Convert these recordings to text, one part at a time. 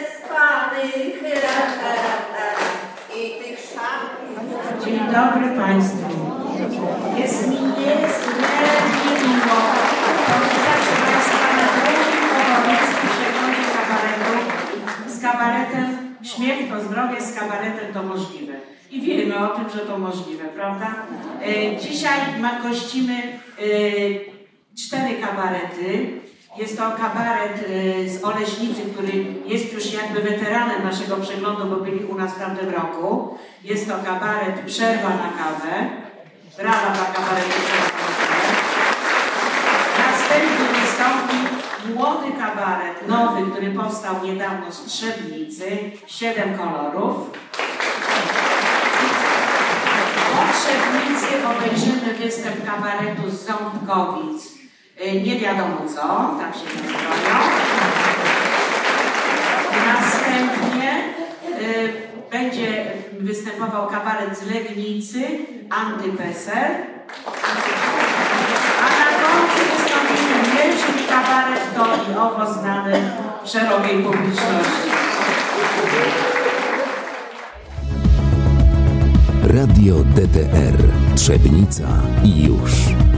nieprzespanych i tych szans. Dzień dobry Państwu. Jest mi niezmiernie miło powitać Państwa na drugim Obornickim Przeglądzie Kabaretu z kabaretem Śmiech to zdrowie, z kabaretem to możliwe. I wiemy o tym, że to możliwe, prawda? Dzisiaj gościmy 4 kabarety. Jest to kabaret z Oleśnicy, który jest już jakby weteranem naszego przeglądu, bo byli u nas w tamtym roku. Jest to kabaret Przerwa na kawę. Brawa dla kabaretu Przerwa na kawę. Następnie wystąpi młody kabaret, nowy, który powstał niedawno z Trzebnicy, 7 kolorów. Po Trzebnicy obejrzymy występ kabaretu z Ząbkowic. Nie wiadomo co, tak się nazywają. Następnie będzie występował kabaret z Legnicy, Antypeser. A na końcu wystąpimy my, czyli kabaret to i owo znany szerokiej publiczności. Radio DTR Trzebnica i już.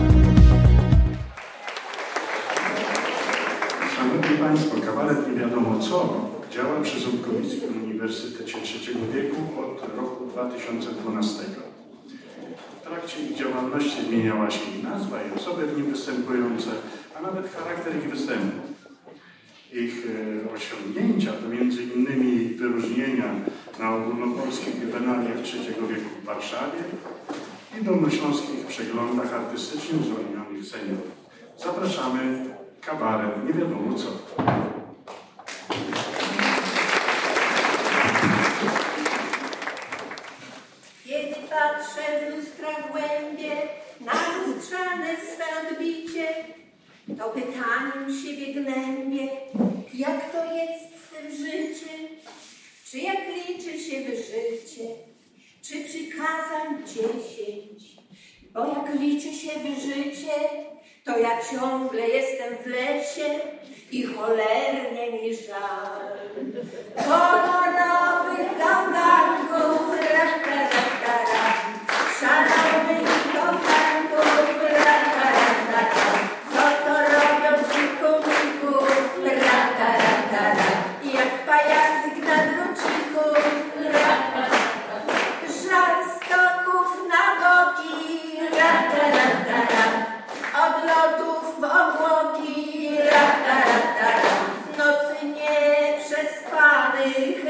Szanowni Państwo, kabaret nie wiadomo co działa przy Ząbkowickim Uniwersytecie III wieku od roku 2012. W trakcie ich działalności zmieniała się ich nazwa i osoby w nim występujące, a nawet charakter ich występów. Ich osiągnięcia to m.in. wyróżnienia na ogólnopolskich juwenaliach III wieku w Warszawie i dolnośląskich przeglądach artystycznych zwolnionych seniorów. Zapraszamy kabaret nie wiadomo co. Kiedy patrzę w lustra głębie na lustrzane swe odbicie, to pytaniem siebie gnębię, jak to jest z tym życiem? Czy jak liczy się wyżycie? Czy przykazań 10? Bo jak liczy się wyżycie, to ja ciągle jestem w lesie i cholernie mi żal kolorowych gałganków, szalonych gałganków, co to robią ci komików, jak pajacyk na druciku, żal stoków na boki, odlotów w obłoki, nocy nieprzespanych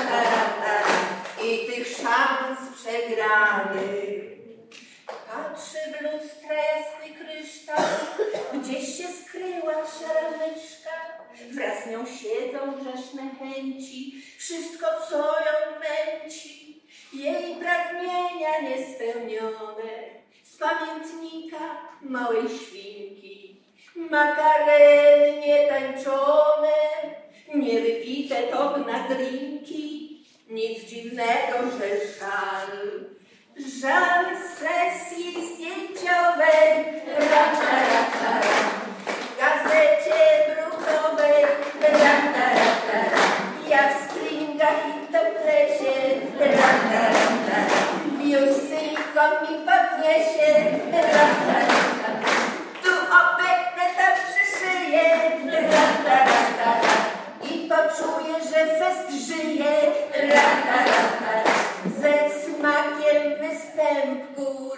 i tych szans przegranych. Patrzy w lustra jasny kryształ, gdzieś się skryła szara myszka, wraz z nią siedzą grzeszne chęci, wszystko co ją męci, jej pragnienia niespełnione, z pamiętnika małej świnki, makareny nietańczone, niewypite top na drinki, nic dziwnego, że żal sesji zdjęciowej, w gazecie brukowej, ja w stringach i toplesie, biustyjką mi podniesie, tu obetnę, tam przyszyję, i poczuję, że fest żyje, ze smakiem występku,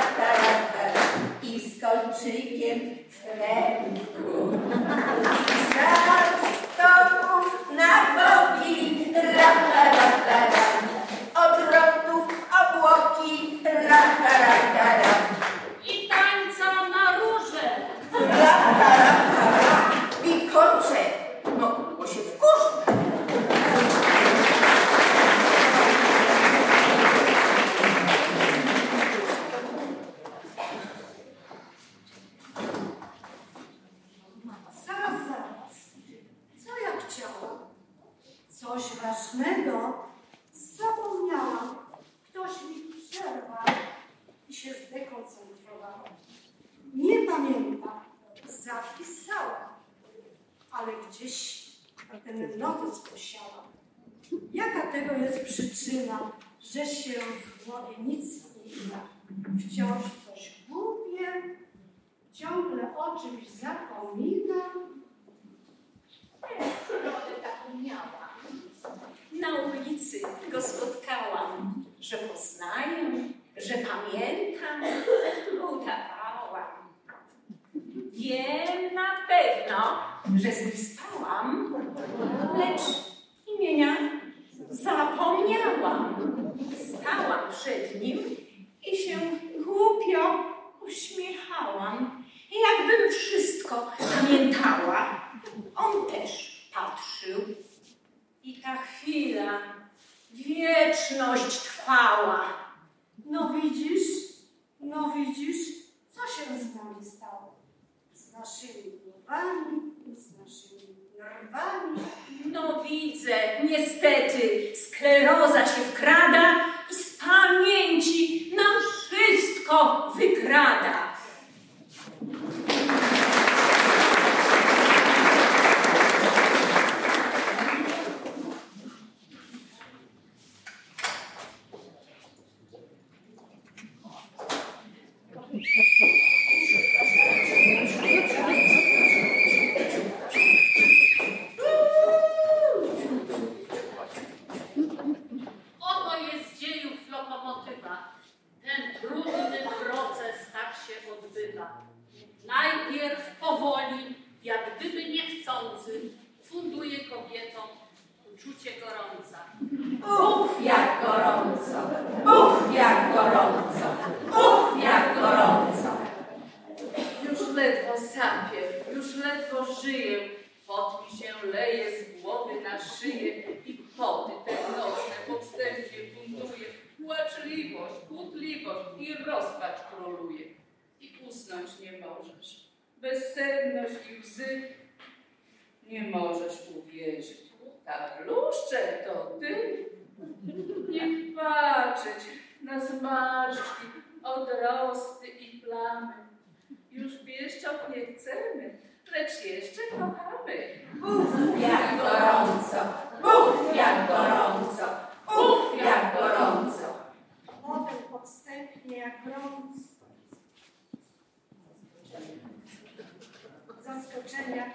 i z kolczykiem w ręku. Żal stoków na boki, odlotów obłoki, i tańca na róże. I kończę, no bo się wkurzę. Zaraz. Co ja chciałam? Coś ważnego zapomniałam. Ktoś mi przerwał i się zdekoncentrowałam. Nie pamiętam. Zapisałam. Ale gdzieś ten notes posiała. Jaka tego jest przyczyna, że się w głowie nic nie da? Wciąż coś gubię, ciągle o czymś zapominam. Wczoraj taką miałam. Na ulicy go spotkałam, że poznaję, że pamiętam, udawałam. Wiem na pewno, że z nim spałam, lecz imienia zapomniałam. Stałam przed nim i się głupio uśmiechałam, jakbym wszystko pamiętała. On też patrzył i ta chwila, wieczność trwała. No widzisz, co się z nami stało? Z naszymi głowami, z naszymi nerwami. No widzę, niestety, skleroza się wkrada i z pamięci nam wszystko wykrada. Oto jest dziejów lokomotywa. Ten trudny proces tak się odbywa. Najpierw powoli, jak gdyby niechcący, funduje kobietom uczucie gorąca. Uff, jak gorąco! Uff, jak gorąco! Uff, jak gorąco! Już ledwo sapię, już ledwo żyję. Pot mi się leje z głowy na szyję i poty te nocne podstępnie buntuje. Płaczliwość, kłótliwość i rozpacz króluje. I usnąć nie możesz. Bezsenność i łzy nie możesz uwierzyć. Ta bluszcze to ty. Nie patrzeć na zmarszczki, odrosty i plamy. Już pieszczot nie chcemy, lecz jeszcze kochamy. Uff, jak gorąco! Uff, jak gorąco! Uff, jak gorąco! Potem podstępnie jak grom zaskoczenia.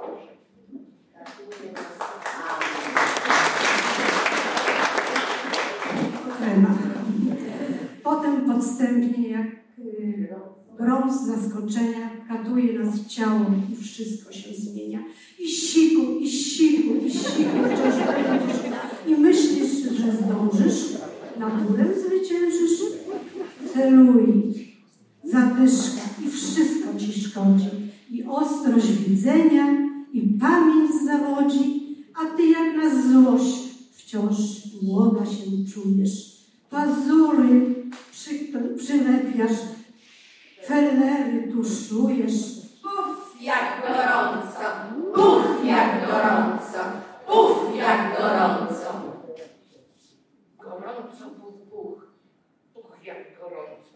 Potem podstępnie jak grom z zaskoczenia katuje nas ciało i wszystko się zmienia. I siku, i siku, i siku wciąż dochodzisz. I myślisz, że zdążysz, naturę zwyciężysz. Celuj, zadyszka i wszystko ci szkodzi. I ostrość widzenia, i pamięć zawodzi, a ty jak na złość wciąż młoda się czujesz. Pazury przylepiasz, felery tuszujesz. Uff, jak gorąco! Uff, jak gorąco! Uff, jak gorąco! Gorąco, buch, buch. Uch, jak gorąco.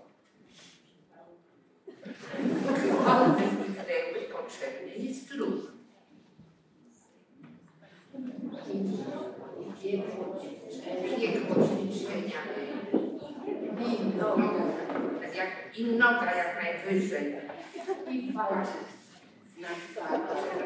Gwałty zniknęły, potrzebny jest ruch. Piekło ćwiczenia. Innota jak najwyżej. I walczyć z nami.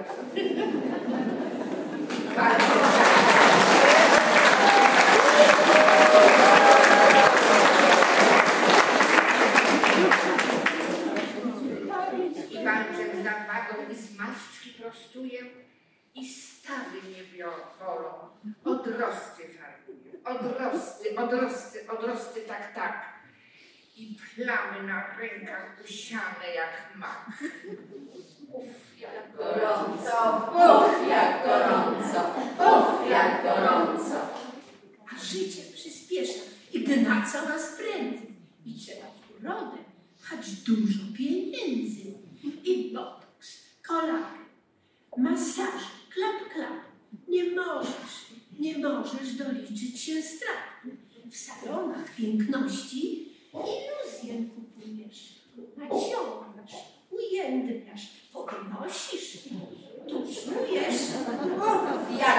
I walczę z nadwagą i smaczki prostuję i stawy mnie bolą. Odrosty farbuję. Odrosty, tak. I plamy na rękach usiane jak mak. Uff, jak Gorąco! Uff, jak gorąco! Uff, jak gorąco! A życie przyspiesza i gna coraz prędzej. I trzeba w urodę chać dużo pieniędzy. I botoks, kolagen, masaż, klap. Nie możesz doliczyć się strat. W salonach piękności iluzję kupujesz, naciągasz, ujędniasz, podnosisz, tuszujesz. Uff, jak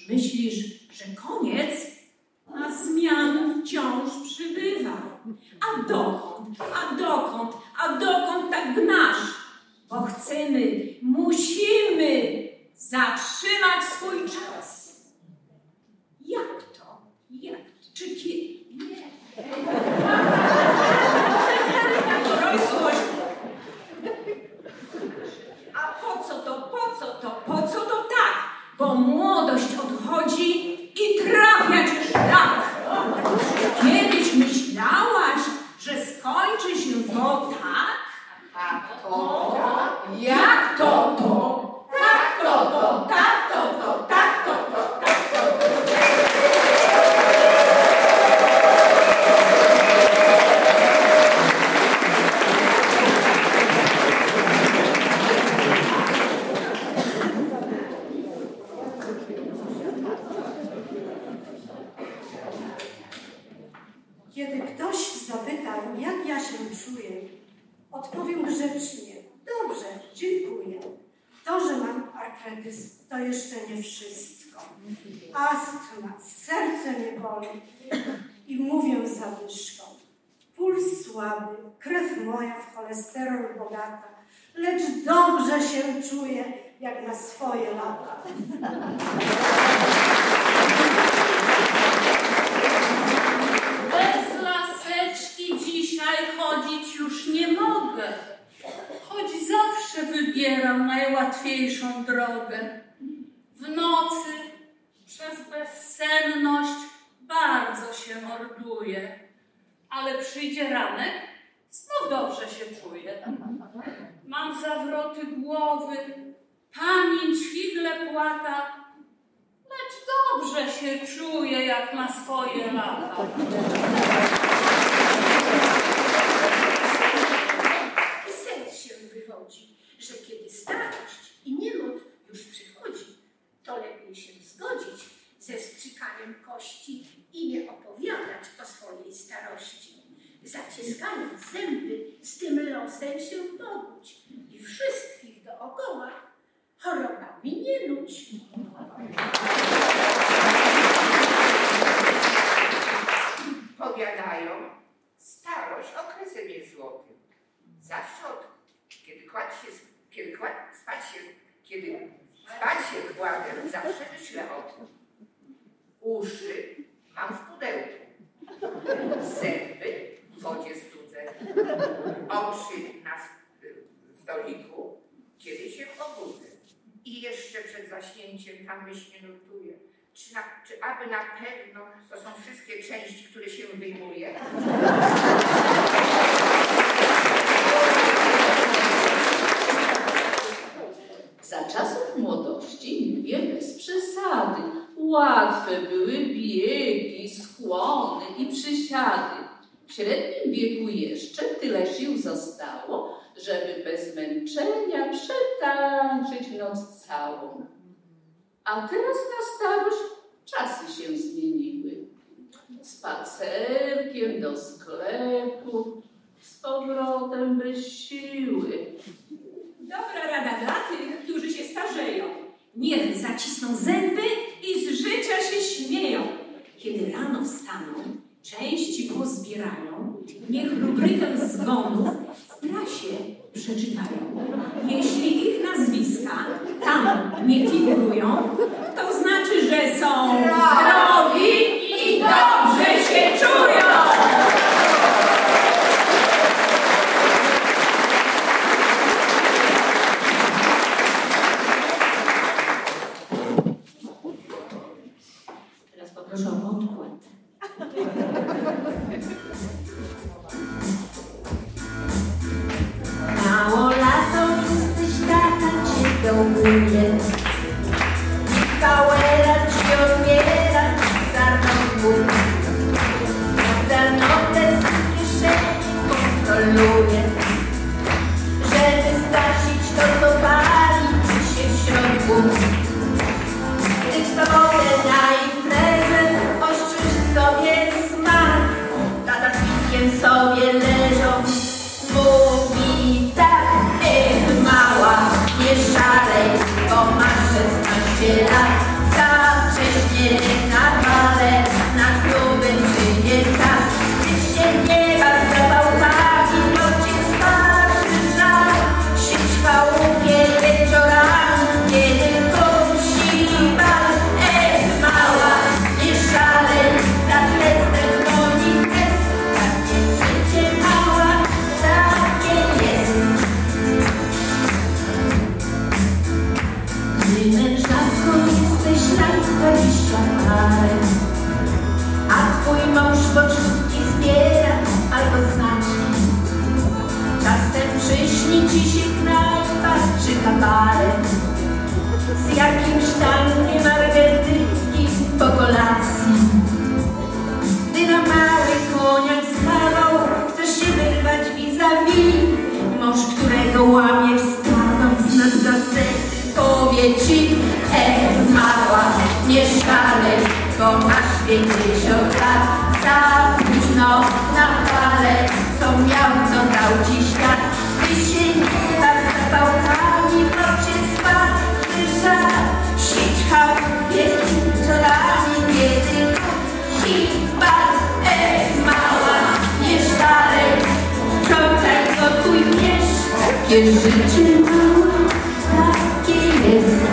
Myślisz, że koniec? A zmian wciąż przybywa. A dokąd tak gnasz? Bo chcemy, musimy zatrzymać swój czas. Jak to? Czy kiedy? Nie. Dorosłość. A po co to tak? Bo młodość odchodzi i trafia cię szlak. Kiedyś myślałaś, że skończy się to tak? A to? Jak to? Tak to. Kiedy ktoś zapyta, jak ja się czuję, odpowiem grzecznie. Dobrze, dziękuję. To, że mam artretyzm, to jeszcze nie wszystko. Astma, serce mnie boli i mówię z zadyszką. Puls słaby, krew moja w cholesterol bogata, lecz dobrze się czuję, jak na swoje lata. Bez laseczki dzisiaj chodzić już nie mogę. Choć zawsze wybieram najłatwiejszą drogę. W nocy przez bezsenność bardzo się morduję. Ale przyjdzie ranek, znów dobrze się czuję. Mam zawroty głowy, pamięć figle płata, lecz dobrze się czuję jak na swoje lata. Sen się wywodzi, że kiedy starość i niemoc już przychodzi, to lepiej się zgodzić ze strzykaniem kości i nie opowiadać o swojej starości. Zaciskając zęby, z tym losem się pogódź i wszystkich dookoła chorobami nie nudź. Powiadają, starość okresem jest złotym. Zawsze kiedy spać się kładę, zawsze myślę o tym. Uszy mam w pudełku, zęby w wodzie studzę, oczy na stoliku, kiedy się obudzę. I jeszcze przed zaśnięciem tam myśl mnie nurtuje. Czy aby na pewno to są wszystkie części, które się wyjmuje? Za czasów młodości, mówię bez przesady, łatwe były biegi, skłony i przysiady. W średnim wieku jeszcze tyle sił zostało, żeby bez zmęczenia przetańczyć noc całą. A teraz na starość czasy się zmieniły. Spacerkiem do sklepu, z powrotem bez siły. Dobra rada dla tych, którzy się starzeją. Niech zacisną zęby i z życia się śmieją. Kiedy rano wstaną, części pozbierają, niech rubrykę zgonów w prasie przeczytają. Jeśli ich nazwiska tam nie figurują, to znaczy, że są zdrowi i dobrze się czują. Teraz poproszę o podkład. Mało lato jesteś taka cię dołuje. Kałera ci odbiera za nogu. Za notes w kieszeni kontroluje. Żeby zgasić to, co pali ci się w środku. Gdy wstaję na imprezę, ostrzyż sobie smak. Tata kabaret. A twój mąż pocztówki zbiera albo znaczy. Czasem przyśni ci się knajpa czy kabaret z jakimś tankiem margerytki po kolacji. Gdy na mały koniak z kawą chcesz się wyrwać vis-a-vis, mąż, którego łamie wstawą nad gazety, powie ci: mała, nie szalej, bo masz 50 lat. Za późno na fale, co miał, co dał ci świat. Ty się nie baw zapałkami, bo cię spadły żal. Sićcha wieczorami, kiedy siła, mała, nie szalej, sprzątaj, gotuj, wiesz, takie życie mała, takie jest.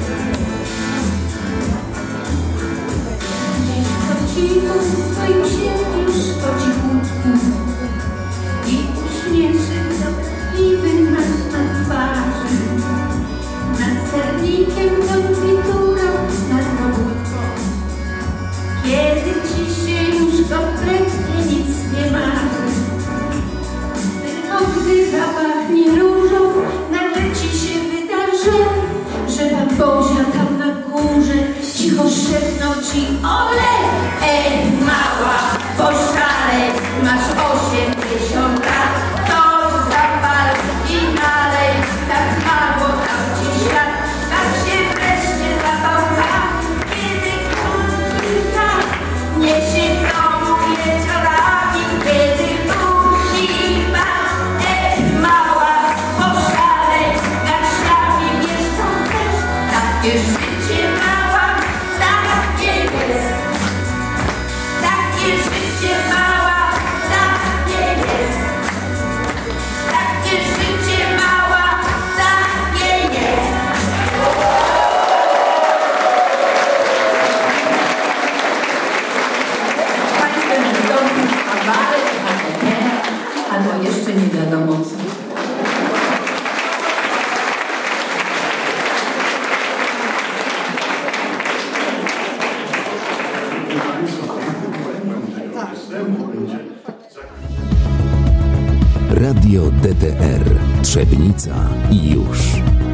Po swoim się już po cichutku i uśmieszek dotkliwy masz na twarzy. Nad sernikiem konfiturą, nad robótką. Kiedy ci się już kompletnie nic nie marzy, tylko gdy zapachnie różą, nagle ci się wydarzy, że pan Bozia tam na górze cicho szepnął ci: ole! Mała, poszalej, masz 80 lat, to zapal i nalej, tak mało dał ci świat. Tak się wreszcie zapałka, kiedy kulka niesie w domu wieczorami, kiedy budzi pan. Mała, poszalej, garściami wiesz, to też takie życie mała, takie jest. Takie życie mała, takie jest. Takie życie mała, takie jest. Państwem wystąpił kabaret, albo jeszcze nie wiadomo co. Radio DTR Trzebnica i już.